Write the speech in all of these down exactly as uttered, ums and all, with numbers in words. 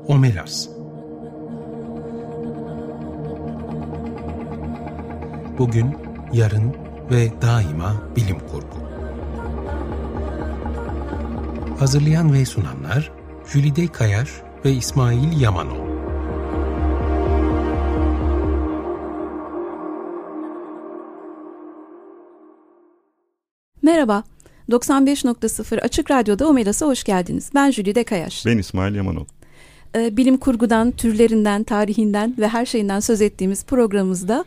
Omelas. Bugün, yarın ve daima bilim kurgu. Hazırlayan ve sunanlar Jülide Kayar ve İsmail Yamanol. Merhaba, doksan beş nokta sıfır Açık Radyo'da Omelas'a hoş geldiniz. Ben Jülide Kayar. Ben İsmail Yamanol. Ee, bilim kurgudan, türlerinden, tarihinden ve her şeyinden söz ettiğimiz programımızda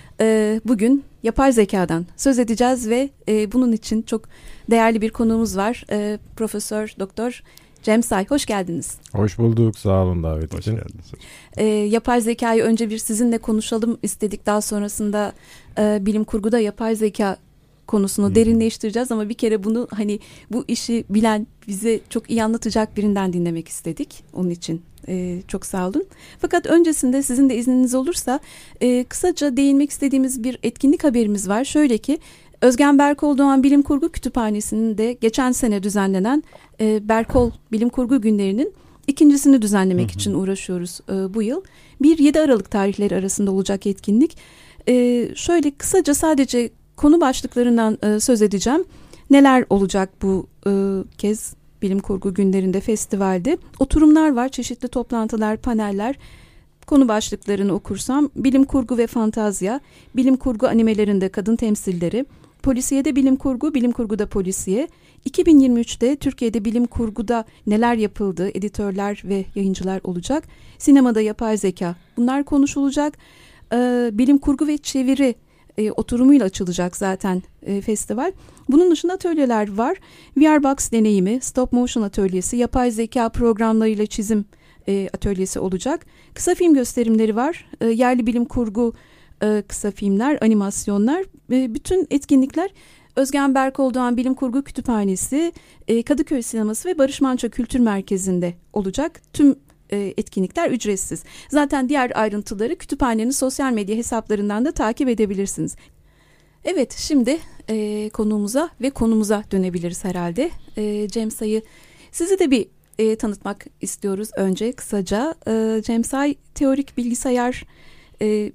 e, bugün yapay zekadan söz edeceğiz ve e, bunun için çok değerli bir konuğumuz var. E, Profesör Doktor Cem Say, hoş geldiniz. Hoş bulduk, sağ olun davet için. Hoş geldiniz. E, yapay zekayı önce bir sizinle konuşalım istedik. Daha sonrasında e, bilim kurguda yapay zeka konusunu hmm. derinleştireceğiz ama bir kere bunu hani bu işi bilen, bize çok iyi anlatacak birinden dinlemek istedik. Onun için e, çok sağ olun. Fakat öncesinde sizin de izniniz olursa e, kısaca değinmek istediğimiz bir etkinlik haberimiz var. Şöyle ki Özgen Berkol Doğan Bilim Kurgu Kütüphanesi'nin de geçen sene düzenlenen e, Berkol Bilim Kurgu Günleri'nin ikincisini düzenlemek hmm. için uğraşıyoruz e, bu yıl. bir yedi Aralık tarihleri arasında olacak etkinlik. E, şöyle kısaca sadece konu başlıklarından e, söz edeceğim. Neler olacak bu e, kez bilim kurgu günlerinde, festivalde? Oturumlar var, çeşitli toplantılar, paneller. Konu başlıklarını okursam: bilim kurgu ve fantazya, bilim kurgu animelerinde kadın temsilleri, polisiyede bilim kurgu, bilim kurguda polisiye, iki bin yirmi üçte Türkiye'de bilim kurguda neler yapıldı, editörler ve yayıncılar olacak, sinemada yapay zeka, bunlar konuşulacak, e, bilim kurgu ve çeviri E, oturumuyla açılacak zaten e, festival. Bunun dışında atölyeler var. V R Box deneyimi, stop motion atölyesi, yapay zeka programlarıyla çizim e, atölyesi olacak. Kısa film gösterimleri var. E, yerli bilim kurgu e, kısa filmler, animasyonlar. E, bütün etkinlikler Özgen Berkol Doğan Bilim Kurgu Kütüphanesi, e, Kadıköy Sineması ve Barış Manço Kültür Merkezi'nde olacak. Tüm etkinlikler ücretsiz. Zaten diğer ayrıntıları kütüphanenin sosyal medya hesaplarından da takip edebilirsiniz. Evet, şimdi e, konuğumuza ve konumuza dönebiliriz herhalde. E, Cem Say'ı sizi de bir e, tanıtmak istiyoruz önce kısaca. E, Cem Say teorik bilgisayar e,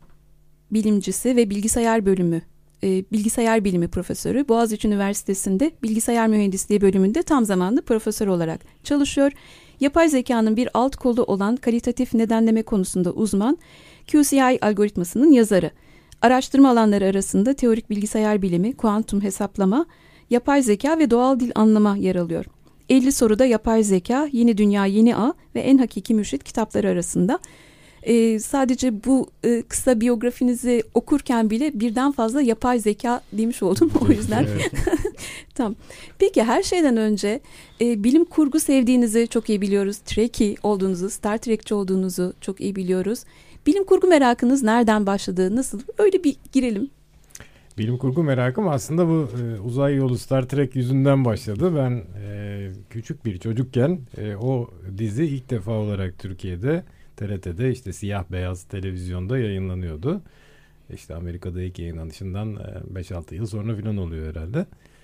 bilimcisi ve bilgisayar bölümü, e, bilgisayar bilimi profesörü. Boğaziçi Üniversitesi'nde bilgisayar mühendisliği bölümünde tam zamanlı profesör olarak çalışıyor. Yapay zekanın bir alt kolu olan kalitatif nedenleme konusunda uzman, Q C I algoritmasının yazarı. Araştırma alanları arasında teorik bilgisayar bilimi, kuantum hesaplama, yapay zeka ve doğal dil anlama yer alıyor. elli soruda yapay zeka, Yeni Dünya, Yeni Ağ ve En Hakiki Mürşit kitapları arasında. Ee, sadece bu e, kısa biyografinizi okurken bile birden fazla yapay zeka demiş oldum o yüzden. Tamam. Peki her şeyden önce e, bilim kurgu sevdiğinizi çok iyi biliyoruz. Trekkie olduğunuzu, Star Trek'çi olduğunuzu çok iyi biliyoruz. Bilim kurgu merakınız nereden başladı? Nasıl? Öyle bir girelim. Bilim kurgu merakım aslında bu e, uzay yolu Star Trek yüzünden başladı. Ben e, küçük bir çocukken e, o dizi ilk defa olarak Türkiye'de T R T'de işte siyah beyaz televizyonda yayınlanıyordu. İşte Amerika'da ilk yayınlanışından beş altı yıl sonra falan oluyor herhalde.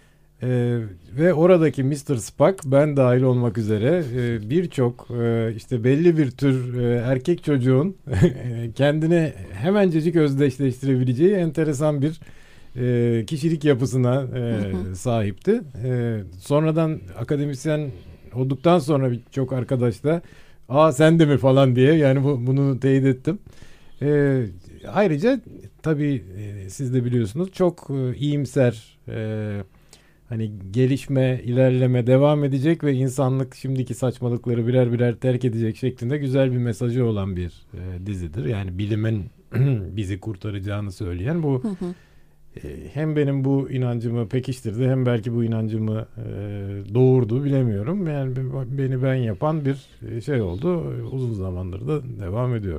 Ee, ve oradaki mister Spock, ben dahil olmak üzere e, birçok e, işte belli bir tür e, erkek çocuğun kendini hemencecik özdeşleştirebileceği enteresan bir e, kişilik yapısına e, sahipti. E, sonradan akademisyen olduktan sonra birçok arkadaş da "Aa sen de mi?" falan diye yani bu, bunu teyit ettim. E, ayrıca tabii e, siz de biliyorsunuz çok e, iyimser, e, hani gelişme, ilerleme devam edecek ve insanlık şimdiki saçmalıkları birer birer terk edecek şeklinde güzel bir mesajı olan bir e, dizidir. Yani bilimin bizi kurtaracağını söyleyen bu hı hı. E, hem benim bu inancımı pekiştirdi hem belki bu inancımı e, doğurdu, bilemiyorum. Yani beni ben yapan bir şey oldu. Uzun zamandır da devam ediyor.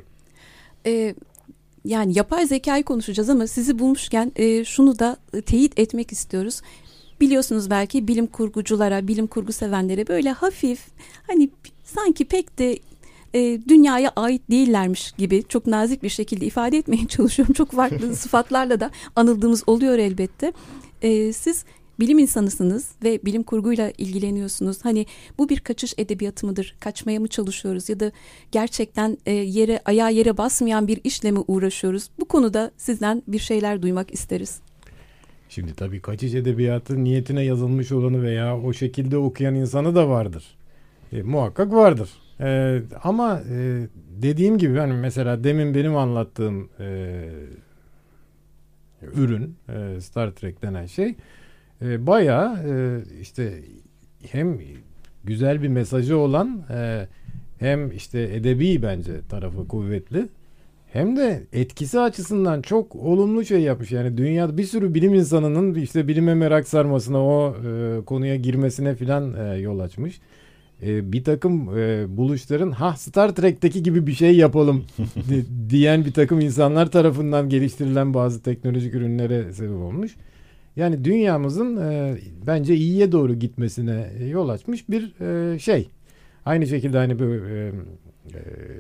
E, yani yapay zekayı konuşacağız ama sizi bulmuşken e, şunu da teyit etmek istiyoruz. Biliyorsunuz belki bilim kurguculara, bilim kurgu sevenlere böyle hafif, hani sanki pek de e, dünyaya ait değillermiş gibi çok nazik bir şekilde ifade etmeye çalışıyorum. Çok farklı sıfatlarla da anıldığımız oluyor elbette. E, siz bilim insanısınız ve bilim kurguyla ilgileniyorsunuz. Hani bu bir kaçış edebiyatı mıdır? Kaçmaya mı çalışıyoruz? Ya da gerçekten e, yere ayağa yere basmayan bir işle mi uğraşıyoruz? Bu konuda sizden bir şeyler duymak isteriz. Şimdi tabii kaçış edebiyatı niyetine yazılmış olanı veya o şekilde okuyan insanı da vardır. E, muhakkak vardır. E, ama e, dediğim gibi hani mesela demin benim anlattığım e, ürün e, Star Trek denen şey e, bayağı e, işte hem güzel bir mesajı olan e, hem işte edebi bence tarafı kuvvetli, hem de etkisi açısından çok olumlu şey yapmış. Yani dünyada bir sürü bilim insanının işte bilime merak sarmasına, o e, konuya girmesine filan e, yol açmış. E, bir takım e, buluşların ha Star Trek'teki gibi bir şey yapalım di- diyen bir takım insanlar tarafından geliştirilen bazı teknolojik ürünlere sebep olmuş. Yani dünyamızın e, bence iyiye doğru gitmesine yol açmış bir e, şey. Aynı şekilde hani bu e, e,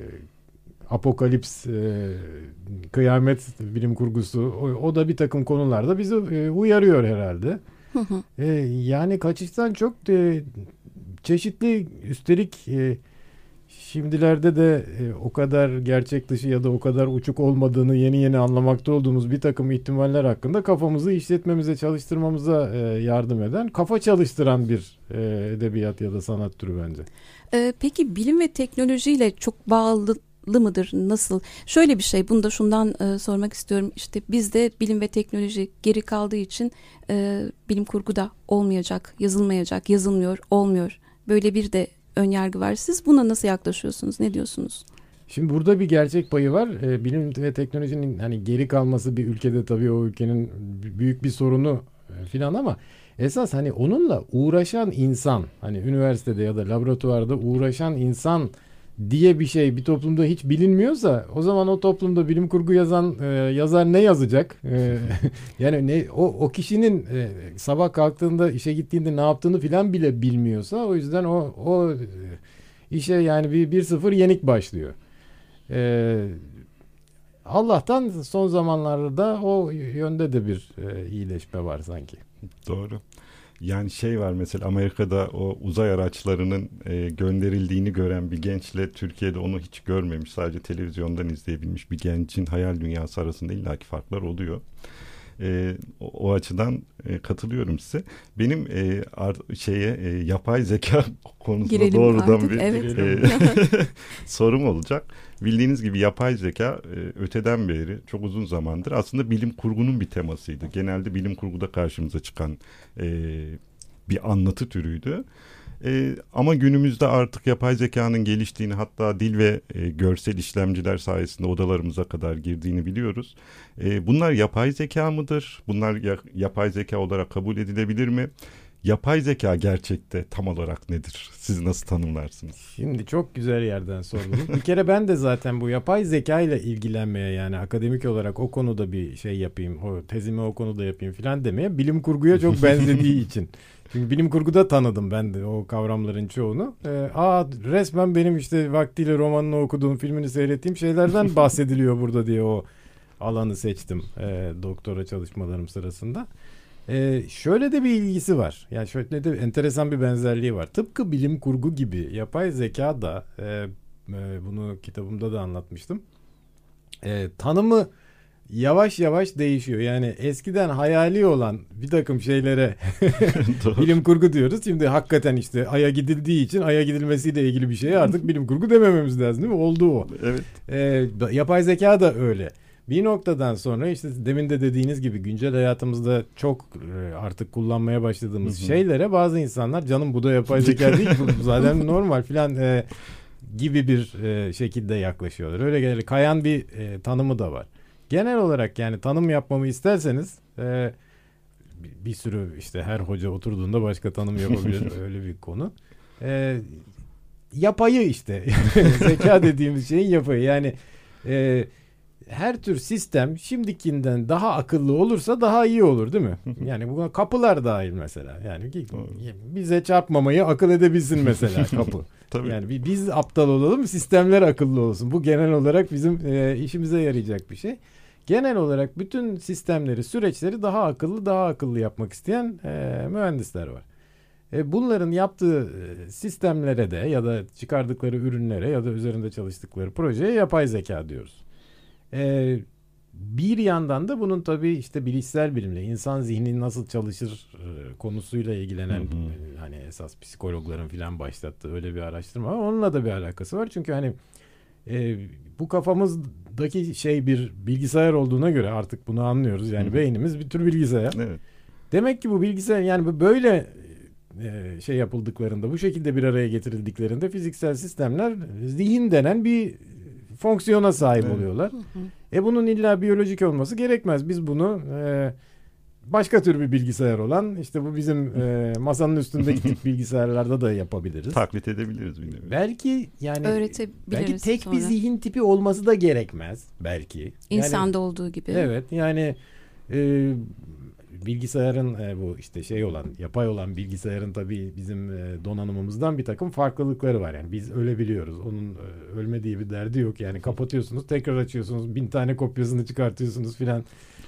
apokalips, e, kıyamet bilim kurgusu, o, o da bir takım konularda bizi e, uyarıyor herhalde. e, yani kaçıştan çok e, çeşitli, üstelik e, şimdilerde de e, o kadar gerçek dışı ya da o kadar uçuk olmadığını yeni yeni anlamakta olduğumuz bir takım ihtimaller hakkında kafamızı işletmemize, çalıştırmamıza e, yardım eden, kafa çalıştıran bir e, edebiyat ya da sanat türü bence. Ee, peki bilim ve teknolojiyle çok bağlı mıdır? Nasıl? Şöyle bir şey, bunu da şundan e, sormak istiyorum. İşte bizde bilim ve teknoloji geri kaldığı için e, bilim kurgu da olmayacak, yazılmayacak, yazılmıyor, olmuyor. Böyle bir de önyargı var. Siz buna nasıl yaklaşıyorsunuz? Ne diyorsunuz? Şimdi burada bir gerçek payı var. E, bilim ve teknolojinin hani geri kalması bir ülkede tabii o ülkenin büyük bir sorunu e, filan, ama esas hani onunla uğraşan insan, hani üniversitede ya da laboratuvarda uğraşan insan diye bir şey bir toplumda hiç bilinmiyorsa, o zaman o toplumda bilim kurgu yazan e, yazar ne yazacak? E, yani ne o o kişinin e, sabah kalktığında, işe gittiğinde ne yaptığını filan bile bilmiyorsa, o yüzden o o e, işe yani bir bir sıfır yenik başlıyor. E, Allah'tan son zamanlarda o yönde de bir e, iyileşme var sanki. Doğru. Yani şey var mesela, Amerika'da o uzay araçlarının e, gönderildiğini gören bir gençle Türkiye'de onu hiç görmemiş, sadece televizyondan izleyebilmiş bir gencin hayal dünyası arasında illaki farklar oluyor. E, o, o açıdan e, katılıyorum size. Benim e, art, şeye e, yapay zeka konusunda Girelim doğrudan artık, bir evet. e, sorum olacak. Bildiğiniz gibi yapay zeka e, öteden beri, çok uzun zamandır aslında bilim kurgunun bir temasıydı. Genelde bilim kurguda karşımıza çıkan e, bir anlatı türüydü. E, ama günümüzde artık yapay zekanın geliştiğini, hatta dil ve e, görsel işlemciler sayesinde odalarımıza kadar girdiğini biliyoruz. E, bunlar yapay zeka mıdır? Bunlar ya, yapay zeka olarak kabul edilebilir mi? Yapay zeka gerçekte tam olarak nedir? Siz nasıl tanımlarsınız? Şimdi çok güzel yerden sordunuz. Bir kere ben de zaten bu yapay zeka ile ilgilenmeye, yani akademik olarak o konuda bir şey yapayım, o tezimi o konuda yapayım filan demeye, bilim kurguya çok benzediği için. Çünkü bilim kurguda tanıdım ben de o kavramların çoğunu. Ee, aa resmen benim işte vaktiyle romanını okuduğum, filmini seyrettiğim şeylerden bahsediliyor burada diye o alanı seçtim e, doktora çalışmalarım sırasında. Ee, şöyle de bir ilgisi var. Yani şöyle de enteresan bir benzerliği var. Tıpkı bilim kurgu gibi yapay zeka da e, e, bunu kitabımda da anlatmıştım. E, tanımı yavaş yavaş değişiyor. Yani eskiden hayali olan bir takım şeylere bilim kurgu diyoruz. Şimdi hakikaten işte Ay'a gidildiği için Ay'a gidilmesiyle ilgili bir şeye artık bilim kurgu demememiz lazım, değil mi? Oldu o. Evet. E, yapay zeka da öyle. Bir noktadan sonra işte demin de dediğiniz gibi güncel hayatımızda çok artık kullanmaya başladığımız hı hı. şeylere bazı insanlar, canım bu da yapay zeka değil, bu zaten normal filan e, gibi bir e, şekilde yaklaşıyorlar. Öyle geldi. Kayan bir e, tanımı da var. Genel olarak yani tanım yapmamı isterseniz e, bir sürü işte her hoca oturduğunda başka tanım yapabilir. Öyle bir konu. E, yapayı işte. Zeka dediğimiz şeyin yapayı. Yani e, her tür sistem şimdikinden daha akıllı olursa daha iyi olur, değil mi? Yani bu kapılar dahil mesela. Yani bize çarpmamayı akıl edebilsin mesela kapı. Tabii. Yani biz aptal olalım, sistemler akıllı olsun. Bu genel olarak bizim e, işimize yarayacak bir şey. genel olarak bütün sistemleri, süreçleri daha akıllı, daha akıllı yapmak isteyen e, mühendisler var. E, bunların yaptığı e, sistemlere de ya da çıkardıkları ürünlere ya da üzerinde çalıştıkları projeye yapay zeka diyoruz. E, bir yandan da bunun tabii işte bilişsel bilimle, insan zihni nasıl çalışır e, konusuyla ilgilenen, hı hı. E, hani esas psikologların filan başlattığı öyle bir araştırma var. Onunla da bir alakası var. Çünkü hani e, bu kafamızdaki şey bir bilgisayar olduğuna göre artık bunu anlıyoruz. Yani hı hı. beynimiz bir tür bilgisayar. Evet. Demek ki bu bilgisayar, yani böyle e, şey yapıldıklarında, bu şekilde bir araya getirildiklerinde fiziksel sistemler zihin denen bir fonksiyona sahip evet. oluyorlar. Hı hı. E bunun illa biyolojik olması gerekmez. Biz bunu e, başka tür bir bilgisayar olan, işte bu bizim e, masanın üstündeki tip bilgisayarlarda da yapabiliriz. Taklit edebiliriz. Bilmiyorum. Belki yani öğretebiliriz belki tek sonra. Bir zihin tipi olması da gerekmez belki. İnsanda yani, olduğu gibi. Evet yani e, bilgisayarın e, bu işte şey olan, yapay olan bilgisayarın tabii bizim e, donanımımızdan bir takım farklılıkları var. Yani biz ölebiliyoruz. Onun e, ölme diye bir derdi yok. Yani kapatıyorsunuz, tekrar açıyorsunuz, bin tane kopyasını çıkartıyorsunuz filan.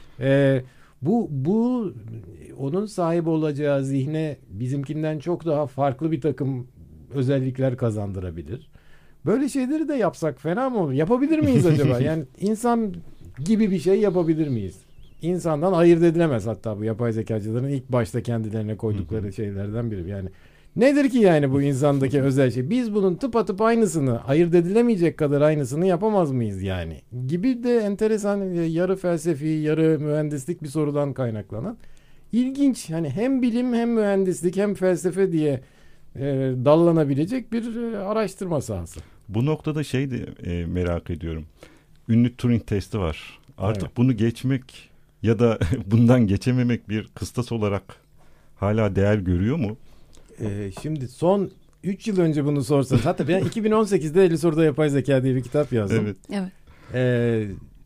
E, bu bu onun sahip olacağı zihne bizimkinden çok daha farklı bir takım özellikler kazandırabilir. Böyle şeyleri de yapsak fena mı olur? Yapabilir miyiz acaba? Yani insan gibi bir şey yapabilir miyiz? İnsandan ayırt edilemez hatta bu yapay zekacıların ilk başta kendilerine koydukları şeylerden biri. Yani nedir ki yani bu insandaki özel şey? Biz bunun tıpatıp aynısını, ayırt edilemeyecek kadar aynısını yapamaz mıyız yani? Gibi de enteresan, yarı felsefi, yarı mühendislik bir sorudan kaynaklanan ilginç. Hani hem bilim hem mühendislik hem felsefe diye e, dallanabilecek bir e, araştırma sahası. Bu noktada şey de e, merak ediyorum. Ünlü Turing testi var. Artık evet. bunu geçmek ya da bundan geçememek bir kıstas olarak hala değer görüyor mu? Ee, şimdi son üç yıl önce bunu sorsanız, hatta ben iki bin on sekizde elli soruda yapay zeka diye bir kitap yazdım. Evet. Evet. Ee,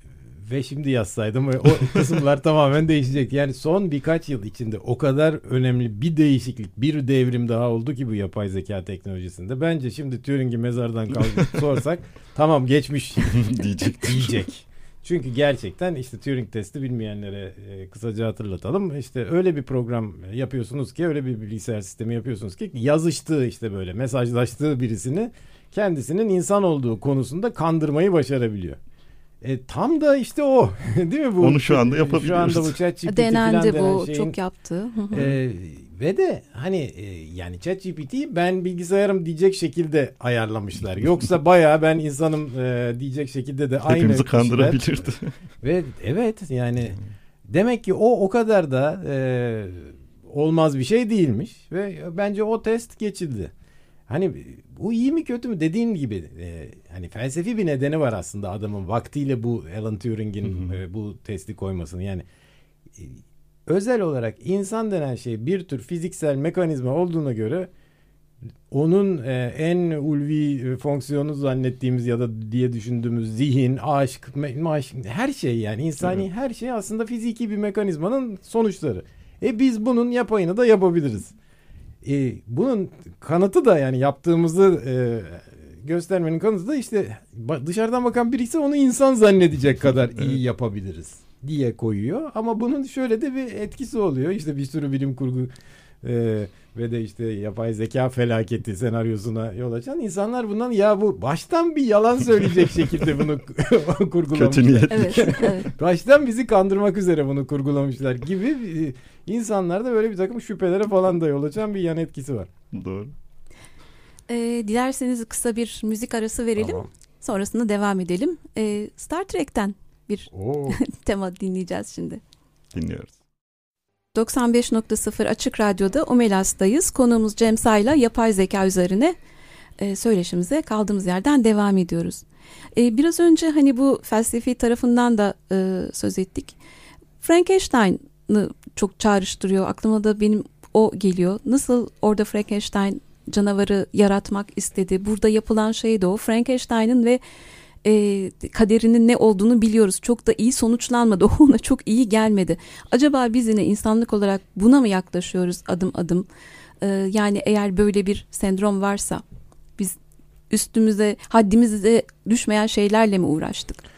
ve şimdi yazsaydım o kısımlar tamamen değişecek. Yani son birkaç yıl içinde o kadar önemli bir değişiklik, bir devrim daha oldu ki bu yapay zeka teknolojisinde. Bence şimdi Turing'i mezardan kaldırıp sorsak tamam geçmiş diyecek. diyecek. Çünkü gerçekten işte Turing testi bilmeyenlere e, kısaca hatırlatalım. İşte öyle bir program yapıyorsunuz ki, öyle bir bilgisayar sistemi yapıyorsunuz ki yazıştığı, işte böyle mesajlaştığı birisini kendisinin insan olduğu konusunda kandırmayı başarabiliyor. E, tam da işte o değil mi bu? Onu şu anda yapabiliyoruz. Şu anda bu ChatGPT denendi, bu şeyin, çok yaptı. e, ve de hani e, yani ChatGPT'yi ben bilgisayarım diyecek şekilde ayarlamışlar. Yoksa bayağı ben insanım e, diyecek şekilde de aynı hepimizi kandırabilirdi. Ve evet yani demek ki o o kadar da e, olmaz bir şey değilmiş ve bence o test geçildi. Hani bu iyi mi kötü mü dediğin gibi e, hani felsefi bir nedeni var aslında adamın vaktiyle bu Alan Turing'in e, bu testi koymasını. Yani e, özel olarak insan denen şey bir tür fiziksel mekanizma olduğuna göre onun e, en ulvi fonksiyonu zannettiğimiz ya da diye düşündüğümüz zihin, aşk, me- her şey, yani insani evet. her şey aslında fiziki bir mekanizmanın sonuçları. E biz bunun yapayını da yapabiliriz. E, bunun kanıtı da, yani yaptığımızı e, göstermenin kanıtı da işte dışarıdan bakan birisi onu insan zannedecek kadar iyi yapabiliriz diye koyuyor. Ama bunun şöyle de bir etkisi oluyor. İşte bir sürü bilim kurgu e, ve de işte yapay zeka felaketi senaryosuna yol açan insanlar bundan, ya bu baştan bir yalan söyleyecek şekilde bunu kurgulamışlar. Kötü niyetli. Evet, evet. Baştan bizi kandırmak üzere bunu kurgulamışlar gibi e, insanlarda böyle bir takım şüphelere falan da yol açan bir yan etkisi var. Doğru. E, dilerseniz kısa bir müzik arası verelim. Tamam. Sonrasında devam edelim. E, Star Trek'ten bir tema dinleyeceğiz şimdi. Dinliyoruz. doksan beş nokta sıfır Açık Radyo'da Omelas'tayız. Konuğumuz Cem Say'la yapay zeka üzerine e, söyleşimize kaldığımız yerden devam ediyoruz. E, biraz önce hani bu felsefi tarafından da e, söz ettik. Frankenstein'ı çok çağrıştırıyor. Aklıma da benim o geliyor. Nasıl orada Frankenstein canavarı yaratmak istedi? Burada yapılan şey de o. Frankenstein'ın ve E, kaderinin ne olduğunu biliyoruz. Çok da iyi sonuçlanmadı. O ona çok iyi gelmedi. Acaba biz yine insanlık olarak buna mı yaklaşıyoruz adım adım? E, yani eğer böyle bir sendrom varsa biz üstümüze, haddimize düşmeyen şeylerle mi uğraştık?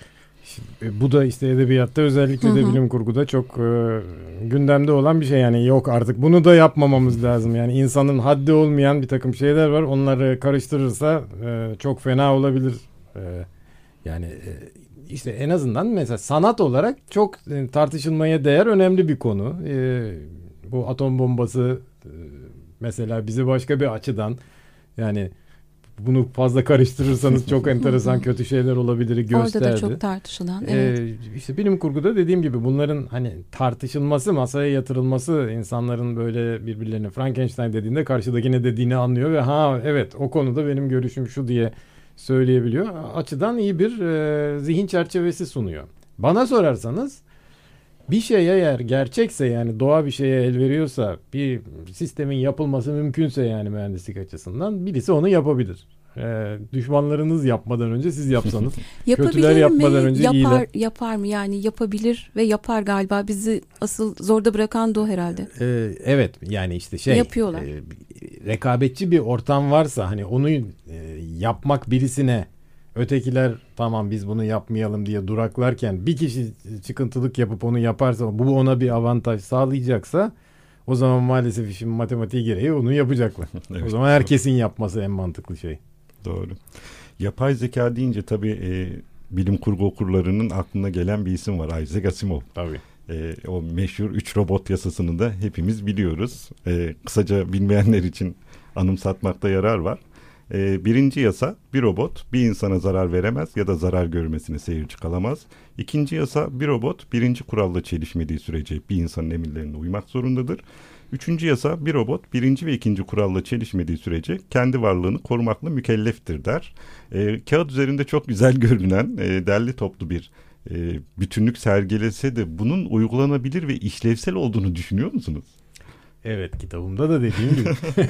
Şimdi, bu da işte edebiyatta özellikle de bilim kurguda çok e, gündemde olan bir şey. Yani yok artık bunu da yapmamamız lazım. Yani insanın haddi olmayan bir takım şeyler var. Onları karıştırırsa e, çok fena olabilir. E, yani e, işte en azından mesela sanat olarak çok e, tartışılmaya değer önemli bir konu. E, bu atom bombası e, mesela bizi başka bir açıdan, yani bunu fazla karıştırırsanız çok enteresan kötü şeyler olabilir gösterdi. Orada da çok tartışılan. Evet. Ee, işte bilim kurguda dediğim gibi bunların hani tartışılması, masaya yatırılması, insanların böyle birbirlerine Frankenstein dediğinde karşıdaki ne dediğini anlıyor ve ha evet o konuda benim görüşüm şu diye söyleyebiliyor. Açıdan iyi bir e, zihin çerçevesi sunuyor. Bana sorarsanız bir şey eğer gerçekse, yani doğa bir şeye el veriyorsa, bir sistemin yapılması mümkünse, yani mühendislik açısından birisi onu yapabilir. Ee, düşmanlarınız yapmadan önce siz yapsanız. Kötüler yapmadan mi? önce yapar, iyiler. Yapar mı? Yani yapabilir ve yapar galiba. Bizi asıl zorda bırakan da o herhalde. Ee, evet yani işte şey. Yapıyorlar. E, rekabetçi bir ortam varsa hani onu e, yapmak birisine, ötekiler tamam biz bunu yapmayalım diye duraklarken bir kişi çıkıntılık yapıp onu yaparsa, bu ona bir avantaj sağlayacaksa, o zaman maalesef işin matematiği gereği onu yapacaklar. Evet, o zaman herkesin yapması en mantıklı şey. Doğru. Yapay zeka deyince tabii e, bilim kurgu okurlarının aklına gelen bir isim var. Isaac Asimov. Tabii. E, o meşhur üç robot yasasını da hepimiz biliyoruz. E, kısaca bilmeyenler için anımsatmakta yarar var. E, birinci yasa, bir robot bir insana zarar veremez ya da zarar görmesine seyirci kalamaz. İkinci yasa, bir robot birinci kuralla çelişmediği sürece bir insanın emirlerine uymak zorundadır. Üçüncü yasa, bir robot birinci ve ikinci kuralla çelişmediği sürece kendi varlığını korumakla mükelleftir der. E, kağıt üzerinde çok güzel görünen e, derli toplu bir e, bütünlük sergilese de bunun uygulanabilir ve işlevsel olduğunu düşünüyor musunuz? Evet, kitabımda da dediğim gibi.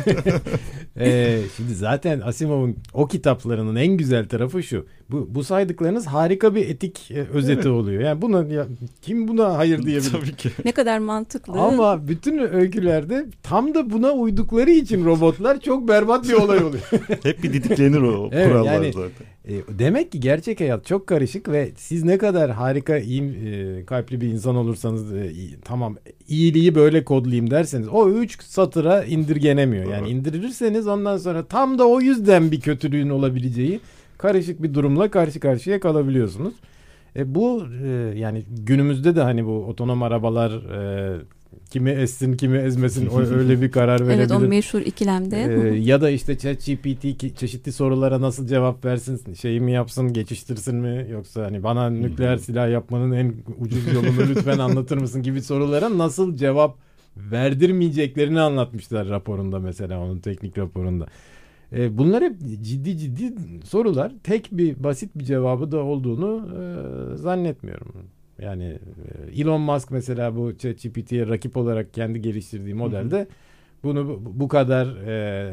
ee, şimdi zaten Asimov'un o kitaplarının en güzel tarafı şu. Bu, bu saydıklarınız harika bir etik e, özeti evet. oluyor. Yani buna ya, kim buna hayır diyebilir? Tabii ki. Ne kadar mantıklı. Ama bütün öykülerde tam da buna uydukları için robotlar çok berbat bir olay oluyor. Hep bir didiklenir o evet, kurallar yani, zaten. E, demek ki gerçek hayat çok karışık ve siz ne kadar harika, iyi e, kalpli bir insan olursanız e, iyi, tamam iyiliği böyle kodlayayım derseniz o üç satıra indirgenemiyor. Yani indirirseniz ondan sonra tam da o yüzden bir kötülüğün olabileceği karışık bir durumla karşı karşıya kalabiliyorsunuz. E, bu e, yani günümüzde de hani bu otonom arabalar e, kimi ezsin kimi ezmesin o öyle bir karar verebilir. Evet, o meşhur ikilemde. Ee, ya da işte ChatGPT çeşitli sorulara nasıl cevap versin, şeyi mi yapsın, geçiştirsin mi, yoksa hani bana nükleer silah yapmanın en ucuz yolunu lütfen anlatır mısın gibi sorulara nasıl cevap verdirmeyeceklerini anlatmışlar raporunda, mesela onun teknik raporunda. Ee, bunlar hep ciddi ciddi sorular. Tek bir basit bir cevabı da olduğunu e, zannetmiyorum. Yani Elon Musk mesela bu ChatGPT'ye rakip olarak kendi geliştirdiği modelde bunu bu kadar e,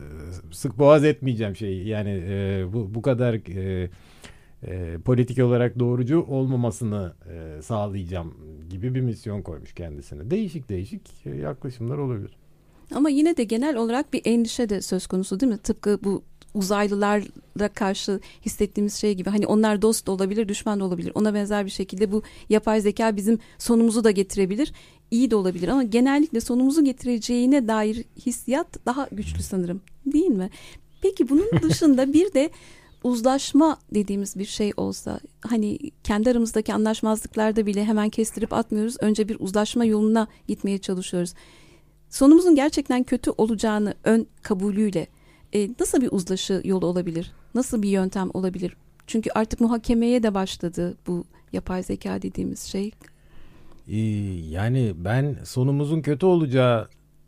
sık boğaz etmeyeceğim şeyi, yani e, bu bu kadar e, e, politik olarak doğrucu olmamasını e, sağlayacağım gibi bir misyon koymuş kendisine. Değişik değişik yaklaşımlar olabilir. Ama yine de genel olarak bir endişe de söz konusu değil mi? Tıpkı bu uzaylılara karşı hissettiğimiz şey gibi, hani onlar dost da olabilir, düşman da olabilir. Ona benzer bir şekilde bu yapay zeka bizim sonumuzu da getirebilir, iyi de olabilir ama genellikle sonumuzu getireceğine dair hissiyat daha güçlü sanırım, değil mi? Peki bunun dışında bir de uzlaşma dediğimiz bir şey olsa, hani kendi aramızdaki anlaşmazlıklarda bile hemen kestirip atmıyoruz. Önce bir uzlaşma yoluna gitmeye çalışıyoruz. Sonumuzun gerçekten kötü olacağını ön kabulüyle E, nasıl bir uzlaşı yolu olabilir? Nasıl bir yöntem olabilir? Çünkü artık muhakemeye de başladı bu yapay zeka dediğimiz şey. Ee, yani ben sonumuzun kötü olacağından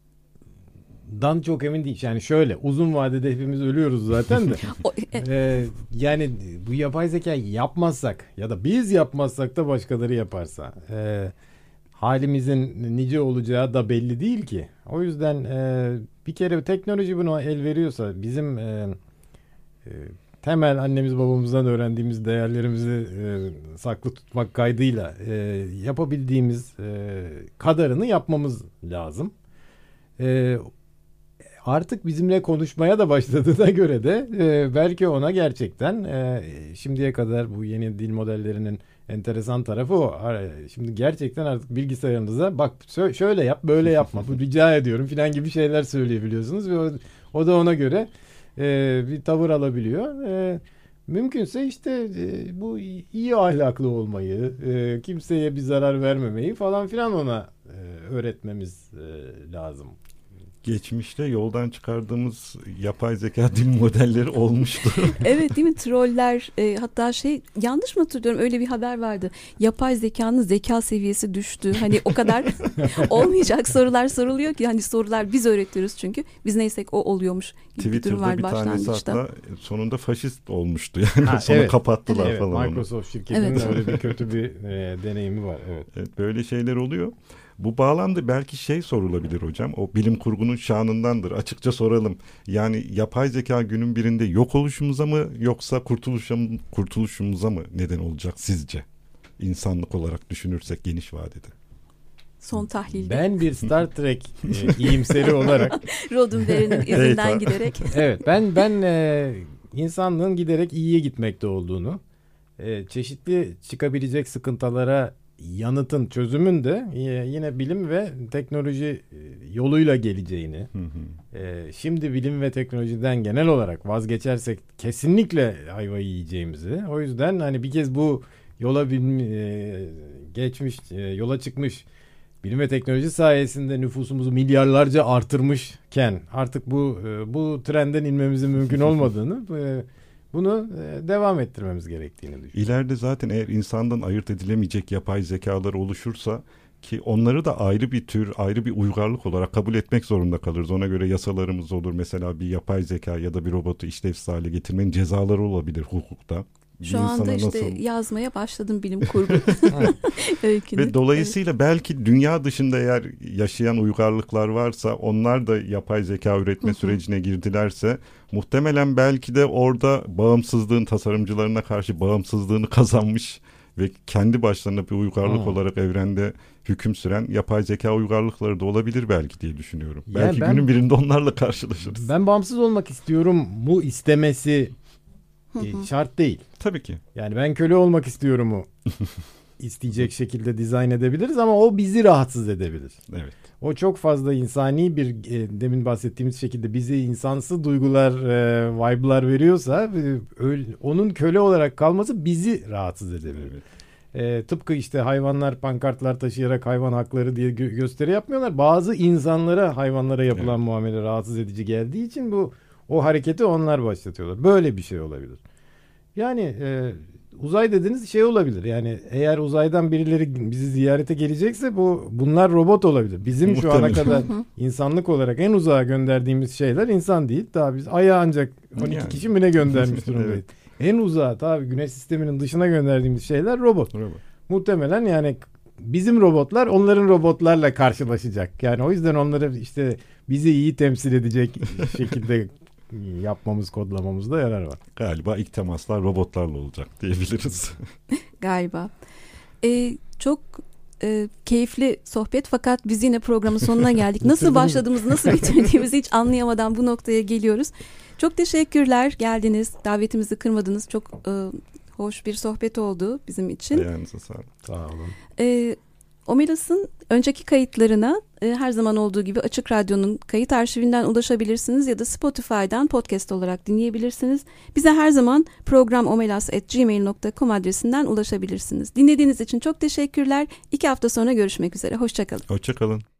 çok emin değilim. Yani şöyle, uzun vadede hepimiz ölüyoruz zaten de. o, e, ee, yani bu yapay zeka yapmazsak ya da biz yapmazsak da başkaları yaparsa e, halimizin nice olacağı da belli değil ki. O yüzden e, bir kere teknoloji buna el veriyorsa, bizim e, e, temel annemiz babamızdan öğrendiğimiz değerlerimizi e, saklı tutmak kaydıyla e, yapabildiğimiz e, kadarını yapmamız lazım. E, artık bizimle konuşmaya da başladığına göre de e, belki ona gerçekten e, şimdiye kadar bu yeni dil modellerinin enteresan tarafı o. Şimdi gerçekten artık bilgisayarınıza bak şöyle yap, böyle yapma, rica ediyorum falan gibi şeyler söyleyebiliyorsunuz ve o, o da ona göre e, bir tavır alabiliyor. E, mümkünse işte e, bu iyi ahlaklı olmayı, e, kimseye bir zarar vermemeyi falan filan ona e, öğretmemiz e, lazım. Geçmişte yoldan çıkardığımız yapay zeka dil modelleri olmuştu. Evet değil mi? Troller e, hatta şey yanlış mı hatırlıyorum öyle bir haber vardı. Yapay zekanın zeka seviyesi düştü. Hani o kadar olmayacak sorular soruluyor ki hani sorular biz öğretiyoruz çünkü. Biz neysek o oluyormuş gibi bir durum var bir tanesi hatta sonunda faşist olmuştu. Yani ha, sonra evet. kapattılar evet, falan. Microsoft onu. Şirketinin evet. öyle bir kötü bir e, deneyimi var. Evet. Evet, böyle şeyler oluyor. Bu bağlamda belki şey sorulabilir hocam. O bilim kurgunun şanındandır. Açıkça soralım. Yani yapay zeka günün birinde yok oluşumuza mı yoksa kurtuluşum, kurtuluşumuza mı neden olacak sizce? İnsanlık olarak düşünürsek geniş vadede. Son tahlilde. Ben bir Star Trek e, iyimseri olarak Roddenberry'nin izinden giderek. Evet, ben ben e, insanlığın giderek iyiye gitmekte olduğunu, e, çeşitli çıkabilecek sıkıntılara yanıtın, çözümün de yine bilim ve teknoloji yoluyla geleceğini, hı hı. E, şimdi bilim ve teknolojiden genel olarak vazgeçersek kesinlikle ayvayı yiyeceğimizi, o yüzden hani bir kez bu yola bilim, e, geçmiş, e, yola çıkmış bilim ve teknoloji sayesinde nüfusumuzu milyarlarca artırmışken artık bu e, bu trenden inmemizin mümkün olmadığını e, bunu devam ettirmemiz gerektiğini düşünüyorum. İleride zaten eğer insandan ayırt edilemeyecek yapay zekalar oluşursa ki onları da ayrı bir tür, ayrı bir uygarlık olarak kabul etmek zorunda kalırız. Ona göre yasalarımız olur. Mesela bir yapay zeka ya da bir robotu işlevsiz hale getirmenin cezaları olabilir hukukta. Şu anda işte nasıl... yazmaya başladım bilim kurgu öykünü. Ve dolayısıyla evet. belki dünya dışında eğer yaşayan uygarlıklar varsa onlar da yapay zeka üretme hı hı. sürecine girdilerse muhtemelen belki de orada bağımsızlığın tasarımcılarına karşı bağımsızlığını kazanmış ve kendi başlarına bir uygarlık hı. olarak evrende hüküm süren yapay zeka uygarlıkları da olabilir belki diye düşünüyorum. Yani belki ben, günün birinde onlarla karşılaşırız. Ben bağımsız olmak istiyorum bu istemesi E, şart değil. Tabii ki. Yani ben köle olmak istiyorum o. isteyecek şekilde dizayn edebiliriz ama o bizi rahatsız edebilir. Evet. O çok fazla insani bir e, demin bahsettiğimiz şekilde bizi insansı duygular, e, vibe'lar veriyorsa e, öyle, onun köle olarak kalması bizi rahatsız edebilir. Evet. E, tıpkı işte hayvanlar pankartlar taşıyarak hayvan hakları diye gö- gösteri yapmıyorlar. Bazı insanlara hayvanlara yapılan evet. muamele rahatsız edici geldiği için bu o hareketi onlar başlatıyorlar. Böyle bir şey olabilir. Yani e, uzay dediğiniz şey olabilir. Yani eğer uzaydan birileri bizi ziyarete gelecekse bu bunlar robot olabilir. Bizim Muhtemelen. Şu ana kadar insanlık olarak en uzağa gönderdiğimiz şeyler insan değil. Daha biz Ay'a ancak on iki yani. Kişi mi ne göndermiş durumdayız. Evet. En uzağa tabii Güneş sisteminin dışına gönderdiğimiz şeyler robot. robot. Muhtemelen yani bizim robotlar onların robotlarla karşılaşacak. Yani o yüzden onları işte bizi iyi temsil edecek şekilde yapmamız, kodlamamızda yarar var. Galiba ilk temaslar robotlarla olacak diyebiliriz. Galiba. Ee, çok e, keyifli sohbet fakat biz yine programın sonuna geldik. Nasıl başladığımızı, nasıl bitirdiğimizi hiç anlayamadan bu noktaya geliyoruz. Çok teşekkürler geldiniz, davetimizi kırmadınız. Çok e, hoş bir sohbet oldu bizim için. Ayağınıza sağlık. Sağ olun. Ee, Omelas'ın önceki kayıtlarına e, her zaman olduğu gibi Açık Radyo'nun kayıt arşivinden ulaşabilirsiniz ya da Spotify'dan podcast olarak dinleyebilirsiniz. Bize her zaman program omelas at gmail dot com adresinden ulaşabilirsiniz. Dinlediğiniz için çok teşekkürler. İki hafta sonra görüşmek üzere. Hoşça kalın. Hoşça kalın.